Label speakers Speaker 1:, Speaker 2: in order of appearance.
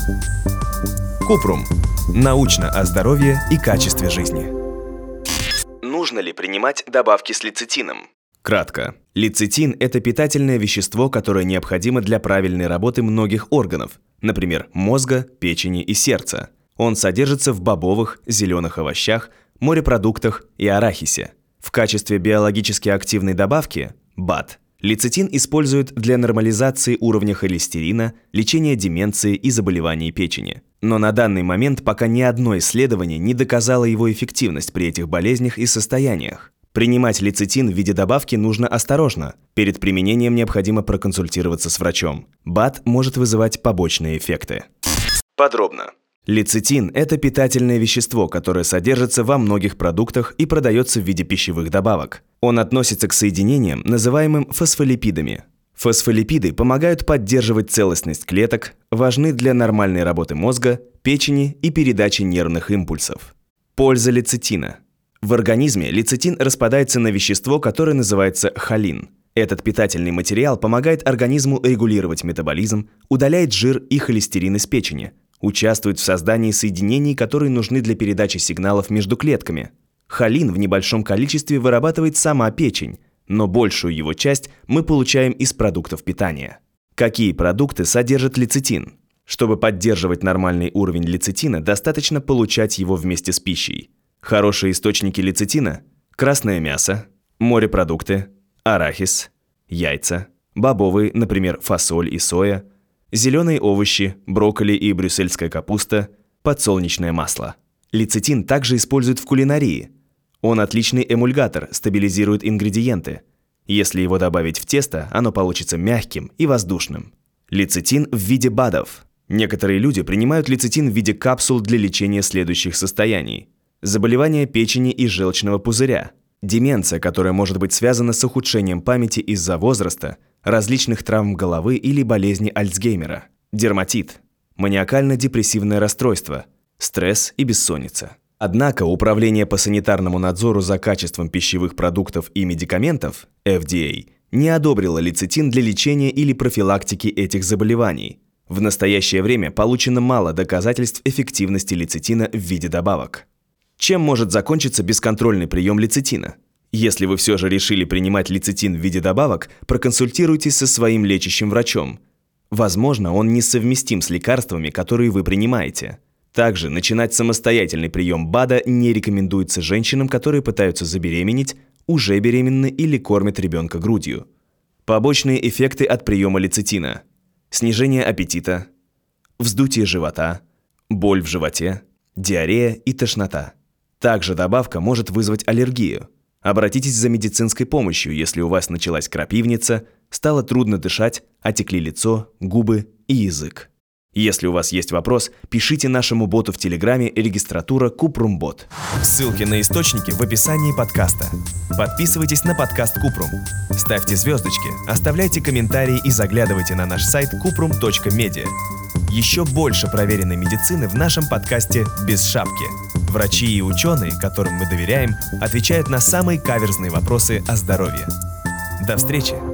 Speaker 1: Купрум. Научно о здоровье и качестве жизни.
Speaker 2: Нужно ли принимать добавки с лецитином?
Speaker 1: Кратко. Лецитин – это питательное вещество, которое необходимо для правильной работы многих органов, например, мозга, печени и сердца. Он содержится в бобовых, зеленых овощах, морепродуктах и арахисе. В качестве биологически активной добавки – БАД. Лецитин используют для нормализации уровня холестерина, лечения деменции и заболеваний печени. Но на данный момент пока ни одно исследование не доказало его эффективность при этих болезнях и состояниях. Принимать лецитин в виде добавки нужно осторожно. Перед применением необходимо проконсультироваться с врачом. БАД может вызывать побочные эффекты.
Speaker 2: Подробно.
Speaker 1: Лецитин – это питательное вещество, которое содержится во многих продуктах и продается в виде пищевых добавок. Он относится к соединениям, называемым фосфолипидами. Фосфолипиды помогают поддерживать целостность клеток, важны для нормальной работы мозга, печени и передачи нервных импульсов. Польза лецитина. В организме лецитин распадается на вещество, которое называется холин. Этот питательный материал помогает организму регулировать метаболизм, удаляет жир и холестерин из печени, участвует в создании соединений, которые нужны для передачи сигналов между клетками. Холин в небольшом количестве вырабатывает сама печень, но большую его часть мы получаем из продуктов питания. Какие продукты содержат лецитин? Чтобы поддерживать нормальный уровень лецитина, достаточно получать его вместе с пищей. Хорошие источники лецитина – красное мясо, морепродукты, арахис, яйца, бобовые, например, фасоль и соя, зеленые овощи, брокколи и брюссельская капуста, подсолнечное масло. Лецитин также используют в кулинарии. Он отличный эмульгатор, стабилизирует ингредиенты. Если его добавить в тесто, оно получится мягким и воздушным. Лецитин в виде БАДов. Некоторые люди принимают лецитин в виде капсул для лечения следующих состояний. Заболевания печени и желчного пузыря, деменция, которая может быть связана с ухудшением памяти из-за возраста, различных травм головы или болезни Альцгеймера, дерматит, маниакально-депрессивное расстройство, стресс и бессонница. Однако Управление по санитарному надзору за качеством пищевых продуктов и медикаментов, FDA, не одобрило лецитин для лечения или профилактики этих заболеваний. В настоящее время получено мало доказательств эффективности лецитина в виде добавок. Чем может закончиться бесконтрольный прием лецитина? Если вы все же решили принимать лецитин в виде добавок, проконсультируйтесь со своим лечащим врачом. Возможно, он несовместим с лекарствами, которые вы принимаете. Также начинать самостоятельный прием БАДа не рекомендуется женщинам, которые пытаются забеременеть, уже беременны или кормят ребенка грудью. Побочные эффекты от приема лецитина: снижение аппетита, вздутие живота, боль в животе, диарея и тошнота. Также добавка может вызвать аллергию. Обратитесь за медицинской помощью, если у вас началась крапивница, стало трудно дышать, отекли лицо, губы и язык. Если у вас есть вопрос, пишите нашему боту в Телеграме регистратура Купрумбот. Ссылки на источники в описании подкаста. Подписывайтесь на подкаст Купрум. Ставьте звездочки, оставляйте комментарии и заглядывайте на наш сайт kuprum.media. Еще больше проверенной медицины в нашем подкасте «Без шапки». Врачи и ученые, которым мы доверяем, отвечают на самые каверзные вопросы о здоровье. До встречи!